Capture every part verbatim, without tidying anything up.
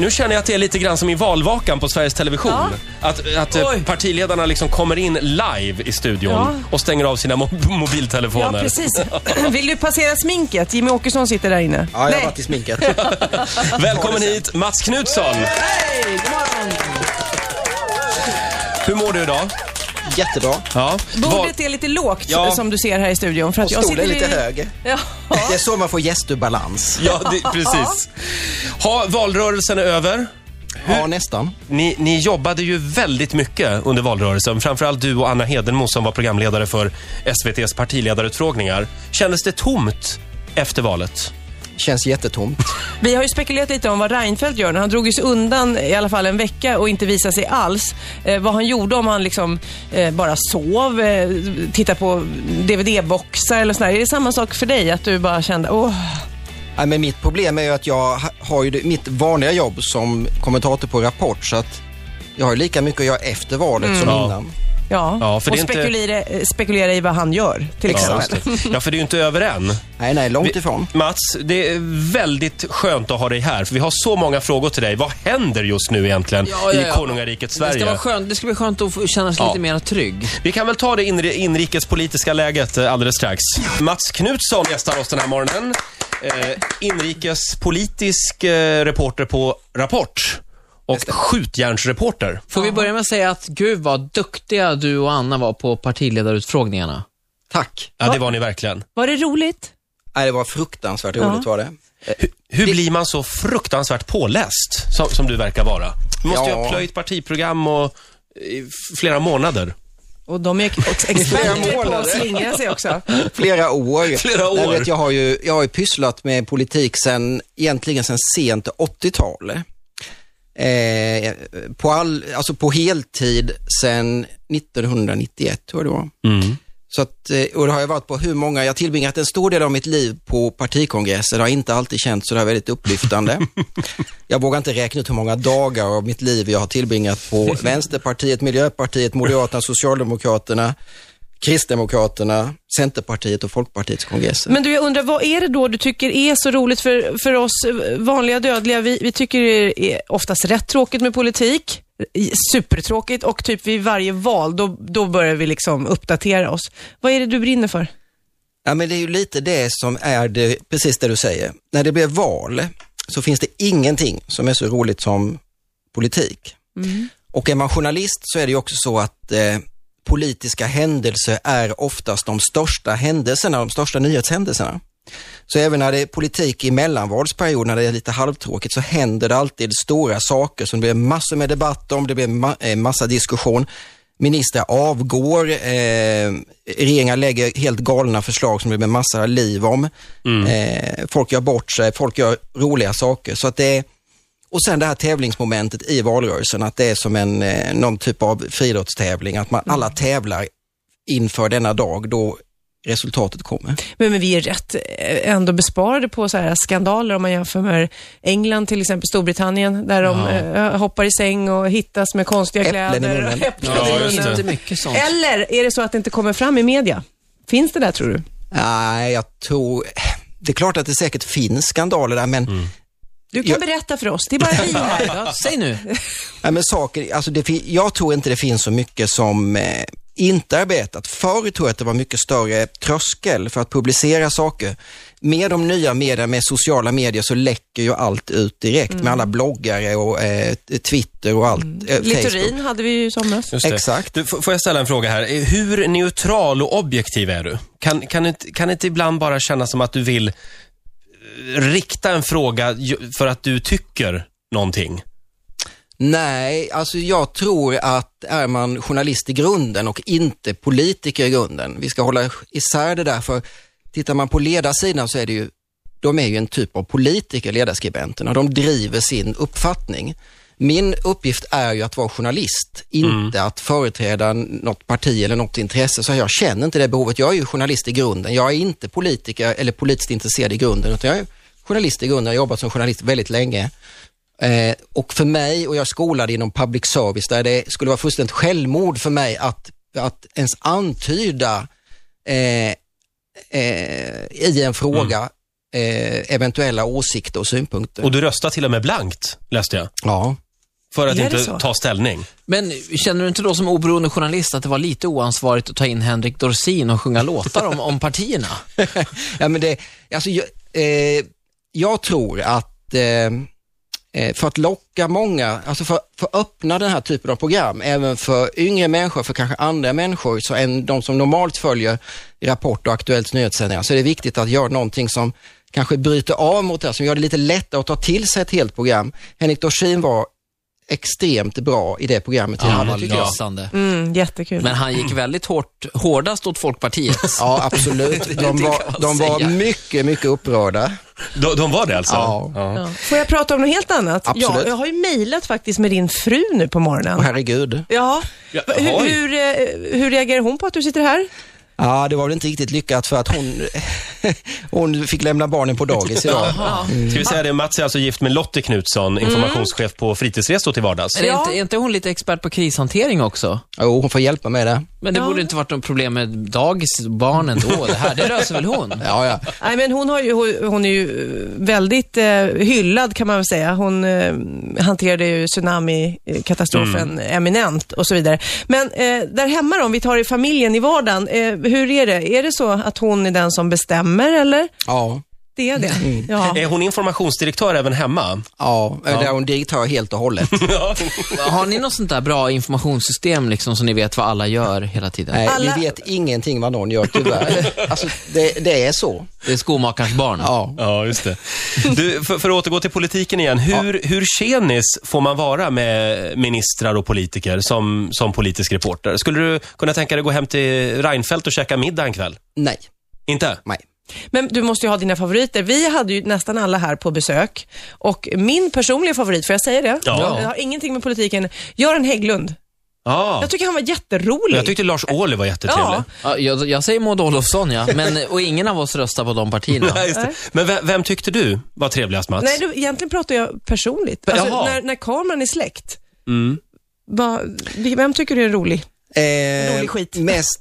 nu känner jag att det är lite grann som i valvakan på Sveriges Television. Ja. Att, att partiledarna liksom kommer in live i studion ja. och stänger av sina mo- mobiltelefoner. Ja, precis. Vill du passera sminket? Jimmy Åkesson sitter där inne. Ja, jag har varit i sminket. Välkommen hit, Mats Knutsson. Hej, god morgon. Hur mår du idag? Jättebra. Ja. Bordet är lite lågt ja. som du ser här i studion. För att och jag stolen sitter är lite i... hög. Ja. Det är så man får gästbalans. Ja, det, precis. Ha, valrörelsen är över. Hur? Ja, nästan. Ni, ni jobbade ju väldigt mycket under valrörelsen. Framförallt du och Anna Hedenmo som var programledare för S V T:s partiledarutfrågningar. Kändes det tomt efter valet? Känns jättetomt. Vi har ju spekulerat lite om vad Reinfeldt gör. Han drog sig undan i alla fall en vecka och inte visade sig alls. Eh, vad han gjorde, om han liksom eh, bara sov, eh, tittade på D V D-boxar eller sådär. Är det samma sak för dig? Att du bara kände, åh... Nej, men mitt problem är ju att jag har ju det, mitt vanliga jobb som kommentator på Rapport, så att jag har lika mycket att göra efter valet mm. som ja. innan. Ja, ja för och det spekulera, inte... spekulera i vad han gör, till ja, exempel. Ja, för det är ju inte över än. Nej, nej, långt ifrån. Vi, Mats, det är väldigt skönt att ha dig här, för vi har så många frågor till dig. Vad händer just nu egentligen ja, ja, ja. i konungariket Sverige? Det ska, vara skönt, det ska bli skönt att känna sig ja. lite mer trygg. Vi kan väl ta det inri- inrikespolitiska läget alldeles strax. Mats Knutsson gästar oss den här morgonen. Eh, inrikespolitisk eh, reporter på Rapport. Och skjutjärnsreporter. Får vi börja med att säga att gud vad duktiga du och Anna var på partiledarutfrågningarna. Tack. Ja, det var ni verkligen. Var det roligt? Nej, det var fruktansvärt roligt ja. var det. Hur, hur det... blir man så fruktansvärt påläst som, som du verkar vara? Du måste ja. ju ha plöjt partiprogram och i flera månader. Och de är experter på att slingra sig också. Flera år. Flera år. Jag, vet, jag, har ju, jag har ju pysslat med politik sen, egentligen sen sent åttiotalet. Eh, på, all, alltså på heltid sen nittonhundranittioett tror jag det var. Mm. Så att, och det har jag varit på hur många, jag har tillbringat en stor del av mitt liv på partikongresser. Det har inte alltid känts så där väldigt upplyftande. Jag vågar inte räkna ut hur många dagar av mitt liv jag har tillbringat på Vänsterpartiet, Miljöpartiet, Moderaterna, Socialdemokraterna, Kristdemokraterna, Centerpartiet och Folkpartiets kongresser. Men du, jag undrar, vad är det då du tycker är så roligt för, för oss vanliga dödliga? Vi, vi tycker det är oftast rätt tråkigt med politik, supertråkigt, och typ vid varje val då, då börjar vi liksom uppdatera oss. Vad är det du brinner för? Ja, men det är ju lite det som är det, precis det du säger. När det blir val så finns det ingenting som är så roligt som politik. Mm. Och är man journalist så är det ju också så att eh, politiska händelser är oftast de största händelserna, de största nyhetshändelserna. Så även när det är politik i mellanvalsperiod, när det är lite halvtråkigt, så händer det alltid stora saker som det blir massor med debatt om, det blir ma- massa diskussion. Ministrar avgår, eh, regeringar lägger helt galna förslag som det blir massor av liv om. Mm. Eh, folk gör bort sig, folk gör roliga saker. Så att det är, och sen det här tävlingsmomentet i valrörelsen, att det är som en, eh, någon typ av friidrottstävling, att man alla tävlar inför denna dag då resultatet kommer. Men, men vi är rätt ändå besparade på så här skandaler om man jämför med England, till exempel Storbritannien, där de ja. äh, hoppar i säng och hittas med konstiga äpplen kläder. I och äpplen ja, i munnen. Inte mycket sånt. Eller är det så att det inte kommer fram i media? Finns det där, tror du? Nej, jag tror... Det är klart att det säkert finns skandaler där, men... Mm. Du kan jag... berätta för oss, det är bara vi här. Ja, säg nu. Nej, men saker, alltså det, jag tror inte det finns så mycket som... Eh, inte arbetat. Förr tror jag att det var mycket större tröskel för att publicera saker. Med de nya medierna, med sociala medier, så läcker ju allt ut direkt mm. med alla bloggare och eh, Twitter och allt. Mm. Eh, Littorin hade vi ju i somras. Exakt. Du, f- får jag ställa en fråga här? Hur neutral och objektiv är du? Kan, kan, inte, kan inte ibland bara kännas som att du vill rikta en fråga för att du tycker någonting? Nej, alltså jag tror att är man journalist i grunden och inte politiker i grunden, vi ska hålla isär det där, för tittar man på ledarsidan så är det ju, de är ju en typ av politiker, ledarskribenterna, de driver sin uppfattning. Min uppgift är ju att vara journalist, inte mm. att företräda något parti eller något intresse, så jag känner inte det behovet. Jag är ju journalist i grunden, jag är inte politiker eller politiskt intresserad i grunden, utan jag är journalist i grunden, jag har jobbat som journalist väldigt länge. Eh, och för mig, och jag skolade inom public service där det skulle vara fullständigt självmord för mig att, att ens antyda eh, eh, i en fråga eh, eventuella åsikter och synpunkter. Och du röstar till och med blankt, läste jag. Ja. För att Är det inte så? ta ställning. Men känner du inte då som oberoende journalist att det var lite oansvarigt att ta in Henrik Dorsin och sjunga låtar om, om partierna? Ja, men det, alltså, jag, eh, jag tror att eh, för att locka många, alltså för, för att öppna den här typen av program, även för yngre människor, för kanske andra människor, så än de som normalt följer Rapport och Aktuellt nyhetssändningar, så är det viktigt att göra någonting som kanske bryter av mot det, som gör det lite lättare att ta till sig ett helt program. Henrik Dorsin var extremt bra i det programmet. Ja, han det var tycker jag. lysande. Mm, jättekul. Men han gick väldigt hårt, hårdast åt Folkpartiet. Ja, absolut. De var, de var mycket, mycket upprörda. De, de var det alltså? Ja. Ja. Får jag prata om något helt annat? Absolut. Ja, jag har ju mejlat faktiskt med din fru nu på morgonen. Åh, herregud. Ja. Ja, hur, oj. hur, eh, hur reagerar hon på att du sitter här? Ja, det var väl inte riktigt lyckat för att hon, hon fick lämna barnen på dagis idag. Mm. Ska vi säga det, Mats är alltså gift med Lottie Knutsson, informationschef på Fritidsresor till vardags. Är, det Ja. inte, är inte hon lite expert på krishantering också? Jo, hon får hjälpa med det. Men det Ja. borde inte varit något problem med dagis, barnen då. Det här, det löser väl hon? Ja, ja. Nej, men hon, har ju, hon är ju väldigt eh, hyllad kan man väl säga. Hon eh, hanterade ju tsunami-katastrofen Mm. eminent och så vidare. Men eh, där hemma då, om vi tar i familjen i vardagen, eh, hur är det? Är det så att hon är den som bestämmer eller? Ja, Det är det. Ja. Är hon informationsdirektör även hemma? ja. Där är hon direktör helt och hållet. Ja. Har ni något sånt där bra informationssystem liksom, så ni vet vad alla gör hela tiden? Nej, Alla- vi vet ingenting vad någon gör tyvärr. Alltså, det, det är så. Det är skomakarens barn. Ja. Ja, just det. Du, för, för att återgå till politiken igen. Hur, hur tjenis får man vara med ministrar och politiker som, som politisk reporter? Skulle du kunna tänka dig att gå hem till Reinfeldt och käka middag en kväll? Nej, Inte? nej. Men du måste ju ha dina favoriter. Vi hade ju nästan alla här på besök. Och min personliga favorit, får jag säga det? Ja. Det har ingenting med politiken. Göran Hägglund. Ja. Jag tycker han var jätterolig. Jag tyckte Lars Ohly var jättetrevlig. Ja. Ja, jag, jag säger Maud Olofsson, ja. Men, och ingen av oss röstar på de partierna. Ja, just det. Men vem, vem tyckte du var trevligast, Mats? Nej, du, egentligen pratar jag personligt. Alltså, Jaha. när, när kameran är släckt. Mm. Va, vem tycker du är rolig? Eh, Dålig skit. Mest,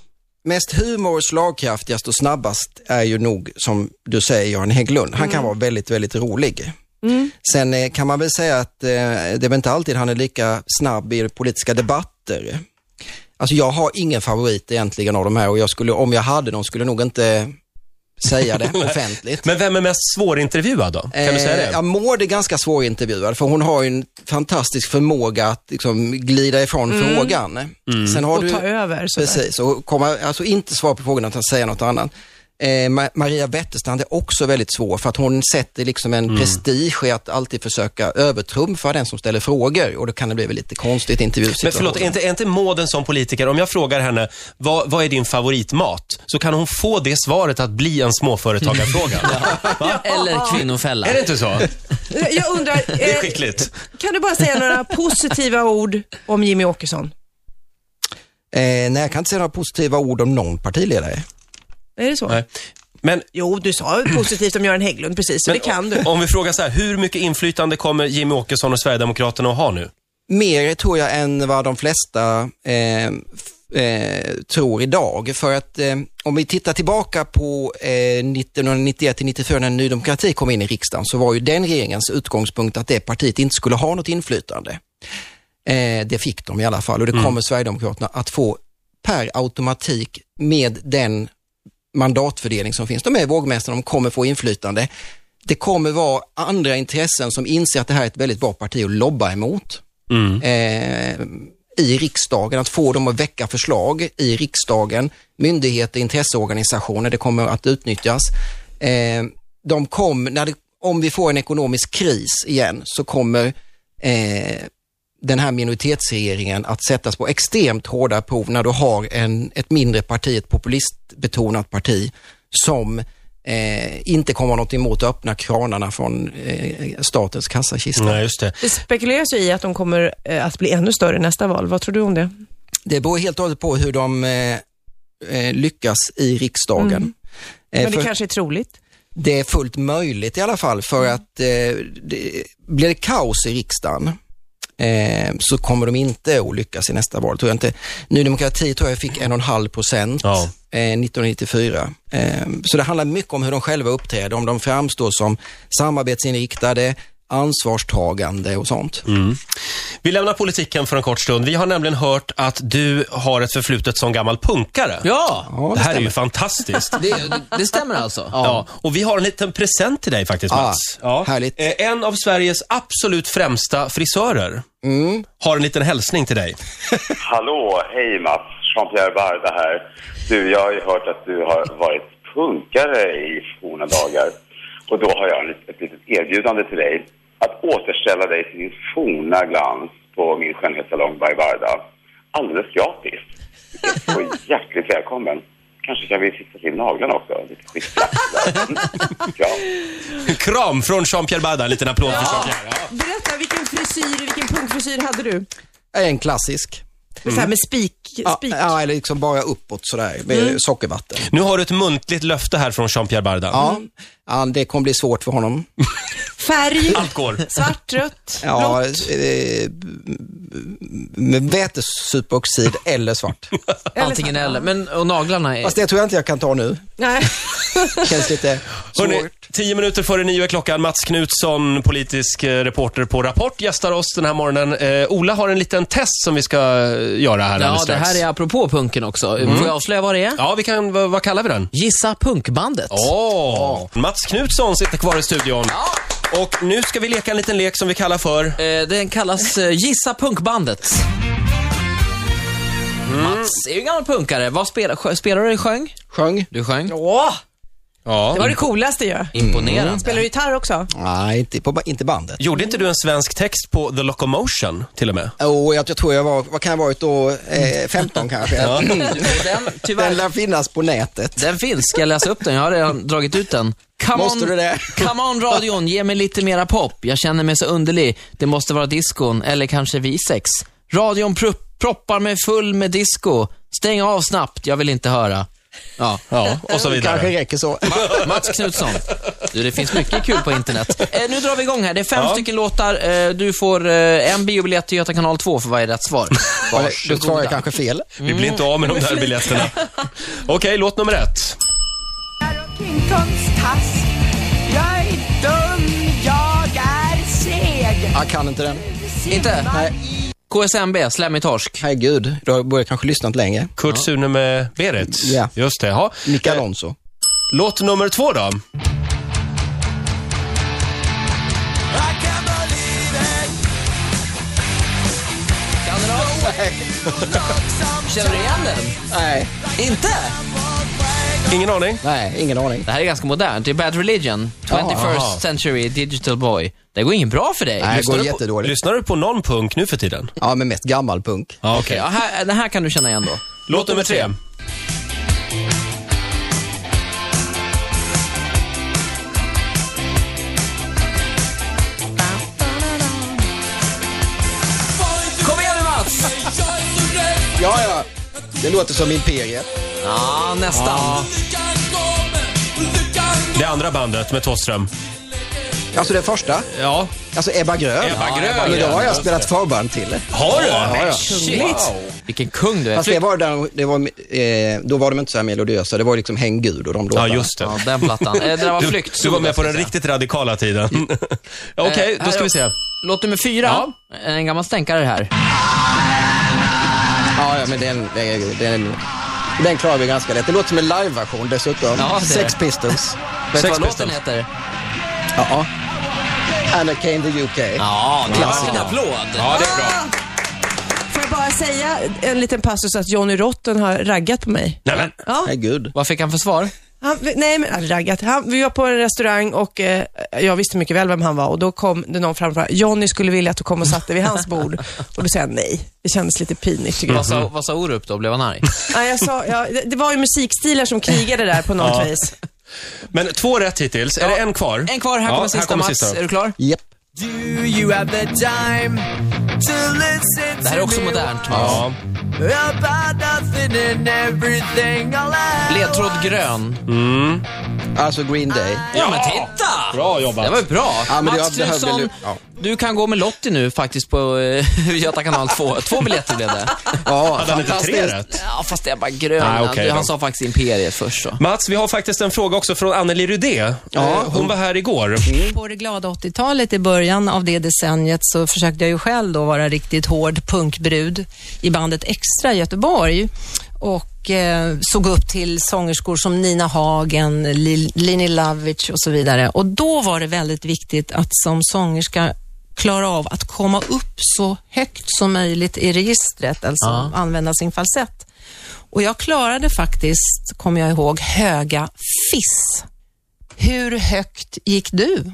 mest humor, slagkraftigast och snabbast är ju nog, som du säger, Göran Hägglund. Han kan vara väldigt, väldigt rolig. Mm. Sen eh, kan man väl säga att eh, det är väl inte alltid han är lika snabb i politiska debatter. Alltså jag har ingen favorit egentligen av de här, och jag skulle, om jag hade dem skulle jag nog inte säga det offentligt. Men vem är mest svårintervjuad då? Kan du säga det? Eh, ja, Maud är ganska svårintervjuad, för hon har ju en fantastisk förmåga att liksom glida ifrån Mm. frågan. Sen har Och du, ta över. sådär. precis, och komma, alltså inte svara på frågan utan säga något annat. Eh, Ma- Maria Wetterstrand är också väldigt svår, för att hon sätter liksom en prestige i att alltid försöka övertrumfa den som ställer frågor, och då kan det bli väl lite konstigt intervjusituation. Men förlåt, är inte, är inte Mauden som politiker, om jag frågar henne, vad, vad är din favoritmat? Så kan hon få det svaret att bli en småföretagarfråga. Va? Eller kvinnofälla. Är det inte så? Jag undrar, Det är eh, skickligt. kan du bara säga några positiva ord om Jimmy Åkesson? Eh, nej, jag kan inte säga några positiva ord om någon partiledare. Är det så? Nej. Men, Jo, du sa positivt om Göran Hägglund, precis, så men det kan du. om vi frågar så här, hur mycket inflytande kommer Jimmy Åkesson och Sverigedemokraterna att ha nu? Mer tror jag än vad de flesta eh, f- eh, tror idag. För att eh, om vi tittar tillbaka på eh, nittonhundranittioett till nittiofyra när Ny Demokrati kom in i riksdagen, så var ju den regeringens utgångspunkt att det partiet inte skulle ha något inflytande. Eh, det fick de i alla fall, och det kommer Sverigedemokraterna att få per automatik med den mandatfördelning som finns. De är vågmästare, de kommer få inflytande. Det kommer vara andra intressen som inser att det här är ett väldigt bra parti att lobba emot Mm. eh, i riksdagen, att få dem att väcka förslag i riksdagen, myndigheter, intresseorganisationer, det kommer att utnyttjas. Eh, de kom, när det, om vi får en ekonomisk kris igen, så kommer eh, den här minoritetsregeringen att sättas på extremt hårda prov när du har en, ett mindre parti, ett populistbetonat parti som eh, inte kommer ha något emot att öppna kranarna från eh, statens kassakista. Nej, just det. Det spekuleras ju i att de kommer eh, att bli ännu större nästa val. Vad tror du om det? Det beror helt och hållet på hur de eh, eh, lyckas i riksdagen. Mm. Eh, Men det för kanske är troligt. det är fullt möjligt i alla fall, för att eh, det, blir det kaos i riksdagen eh, så kommer de inte att lyckas i nästa val. Tror jag inte. Ny Demokrati tror jag fick en och en halv procent Ja. eh, nittonhundranittiofyra. Eh, så det handlar mycket om hur de själva uppträder, om de framstår som samarbetsinriktade, ansvarstagande och sånt. Mm. Vi lämnar politiken för en kort stund. Vi har nämligen hört att du har ett förflutet som gammal punkare. Ja, Ja, Det det här är stämmer. ju fantastiskt. det, det, det stämmer alltså. Ja. Och vi har en liten present till dig faktiskt, Mats. Ja, härligt. Eh, En av Sveriges absolut främsta frisörer Mm. har en liten hälsning till dig. Hallå, hej Mats, Jean-Pierre Barda här. Du, jag har ju hört att du har varit punkare i forna dagar. Och då har jag ett, ett litet erbjudande till dig. Att återställa dig till din forna glans på min skönhetssalong by Barda. Alldeles gratis. Du är så hjärtligt välkommen. Kanske kan vi fixa till naglarna också. Lite skitplatt. Ja. Kram från Jean-Pierre Barda. En liten applåd för Jean-Pierre. Ja. Berätta, vilken frisyr, vilken punkfrisyr hade du? En klassisk. Så här med spik, Ja, spik. ja, eller liksom bara uppåt sådär, med sockervatten. Nu har du ett muntligt löfte här från Jean-Pierre Barda. Ja, ja, det kommer bli svårt för honom. Färg, Allt går. svart, rött, Ja, blått. eh, med vätesuperoxid eller svart. Antingen eller. Men, och naglarna är... Fast det tror jag inte jag kan ta nu. Nej. Känns lite Hörrni, svårt. tio minuter före nio är klockan. Mats Knutsson, politisk eh, reporter på Rapport, gästar oss den här morgonen. Eh, Ola har en liten test som vi ska eh, göra här Ja, alldeles det strax. här är apropå punken också. Får jag avslöja vad det är? Ja, vi kan, vad, vad kallar vi den? Gissa punkbandet. Åh! Mats Knutsson sitter kvar i studion. Och nu ska vi leka en liten lek som vi kallar för... Eh, den kallas eh, Gissa punkbandet. Mats är ju en gammal punkare. Vad spelar, sjö, spelar du sjöng? Sjöng? Du sjöng? Åh, Ja. det var det coolaste ju. Imponerande. Spelar du gitarr också? Nej, inte, på, inte bandet. Gjorde inte du en svensk text på The Locomotion till och med? Och jag, jag tror jag var, vad kan jag ha varit då, eh, femton kanske. Och den, Den tyvärr, lär finnas på nätet. den finns. Ska jag läsa upp den? Jag har redan dragit ut den. Come Måste on, du det? Come on radion, ge mig lite mera pop. Jag känner mig så underlig. Det måste vara diskon, eller kanske vi sex. Radion pro- proppar mig full med disco. Stäng av snabbt, jag vill inte höra. Ja, Ja, och så vidare. Kanske räcker så. Ma- Mats Knutsson. Du, det finns mycket kul på internet. Eh, nu drar vi igång här. Det är fem Ja. stycken låtar. Eh, du får eh, en biobiljett till Göta kanal två för varje rätt svar. Du svarar kanske fel. Vi blir inte av med de där biljetterna. Okej, låt nummer ett. King Kongs tass. Jag är dum, jag är seg. Jag kan inte den. Inte? Nej. K S M B, Slemmig torsk. Herregud, då borde jag kanske lyssnat länge. Kurt Sune med Berit. Ja. Just det, ja. Nick Eh, Alonso. Låt nummer två då. Kan du då? Känner du igen den? Nej, Inte? Ingen aning. nej, ingen aning. Det här är ganska modernt. Det är Bad Religion, twenty-first Jaha. Century Digital Boy. Det går inget bra för dig. Nej, det Lyssnar går du på- jättedåligt. Lyssnar du på någon punk nu för tiden? Ja, men mest gammal punk. Ja, Okej, ja, här, den här kan du känna igen då. Låt nummer tre. Kom igen nu, Mats! Ja, ja. Det låter som Imperiet. Ja, nästan. Det andra bandet med Thåström. Alltså det första. Ja. Alltså Ebba Grön. Ebba Grön, Men då har ja, jag just spelat det. förband till det. Har du? Ja, ja. Shit. Vilken kung du är. Fast det var där, det var, eh, då var de inte så här melodiösa. Det var liksom Häng Gud och de låtarna. Ja, just det. Ja, den plattan. Eh, det där var Du, flykt. du var med på ska den jag säga. riktigt radikala tiden. Okej, Eh, då ska här vi se. Låt nummer fyra. Ja. En gammal stänkare här. Ja, ja, men den, den, den, den klarar vi ganska lätt. Det låter som en live-version dessutom. Ja, det är Sex det. Pistols. Vet du Sex vad låten Pistols. heter? Ja. Anna Kane the U K. Ja, det var Klassiker. en applåd. Ja, det är bra. Får jag bara säga en liten passus att Johnny Rotten har raggat på mig? Nej, men. Ja. Herregud. Vad fick han för svar? Han, nej, men han raggat. Han, vi var på en restaurang och eh, jag visste mycket väl vem han var och då kom det någon framför. Johnny skulle vilja att du kom och satte vid hans bord. Och då säger jag nej. Det kändes lite pinigt tycker jag. Vad sa, vad sa Orup då? Blev han arg? Nej, jag sa, ja, det, det var ju musikstilar som krigade där på något Ja. vis. Men två rätt hittills. Är Ja. det en kvar? En kvar, här Ja, kommer sista Mats. sista. Är du klar? Japp. Do you have the time to listen Det här är to också me modernt, Mats. Ja. about nothing and everything all I Ledtråd grön. Alltså Green Day. Ja, men titta! Bra jobbat. Det var ju bra. Ja, men Mats det- det här Knutsson, blev- ja. Du kan gå med Lottie nu faktiskt på eh, Göta kanal två. Två biljetter blev det. Ja, Hade han inte tre rätt? Ja, fast det är bara grön. Nej, okay, han då. sa faktiskt Imperiet först så. Mats, vi har faktiskt en fråga också från Anneli Rydé. Ja. Hon var här igår. På det glada åttiotalet, i början av det decenniet, så försökte jag ju själv då vara riktigt hård punkbrud i bandet Extra i Göteborg. Och eh, såg upp till sångerskor som Nina Hagen, Li- Lini Lovic och så vidare. Och då var det väldigt viktigt att som sångerska klara av att komma upp så högt som möjligt i registret, alltså Ja. använda sin falsett. Och jag klarade faktiskt, kommer jag ihåg, höga fiss. Hur högt gick du?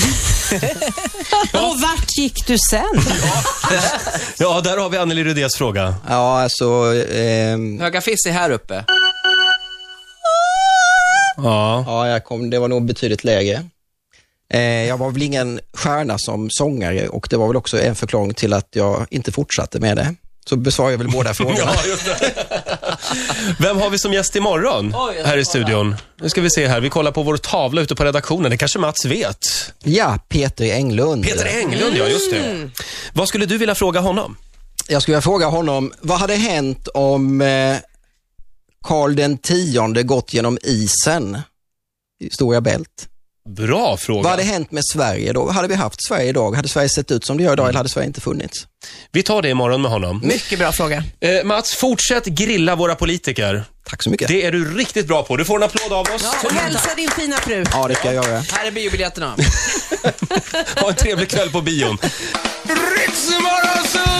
Och vart gick du sen? Ja, där har vi Anneli Rydés fråga. Ja, alltså... ehm, Höga Fiss är här uppe. Ja. ja, jag kom, det var nog betydligt lägre. Eh, jag var väl ingen stjärna som sångare och det var väl också en förklaring till att jag inte fortsatte med det. Så besvarar jag väl båda frågorna. Ja, just det. Vem har vi som gäst imorgon Oj, jag ska här i kolla. studion? Nu ska vi se här. Vi kollar på vår tavla ute på redaktionen. Det kanske Mats vet. Ja, Peter Englund. Peter Englund, ja, just det. Vad skulle du vilja fråga honom? Jag skulle vilja fråga honom, vad hade hänt om eh, Karl den tionde gått genom isen i Stora Bält? Bra fråga. Vad hade hänt med Sverige då? Hade vi haft Sverige idag? Hade Sverige sett ut som det gör idag eller hade Sverige inte funnits? Vi tar det imorgon med honom. Mycket bra fråga. Eh, Mats, fortsätt grilla våra politiker. Tack så mycket. Det är du riktigt bra på. Du får en applåd av oss. Och hälsa din fina fru. Ja, det ska jag göra. Här är biobiljetterna. Ha en trevlig kväll på bion. Ritzmorgonzoo!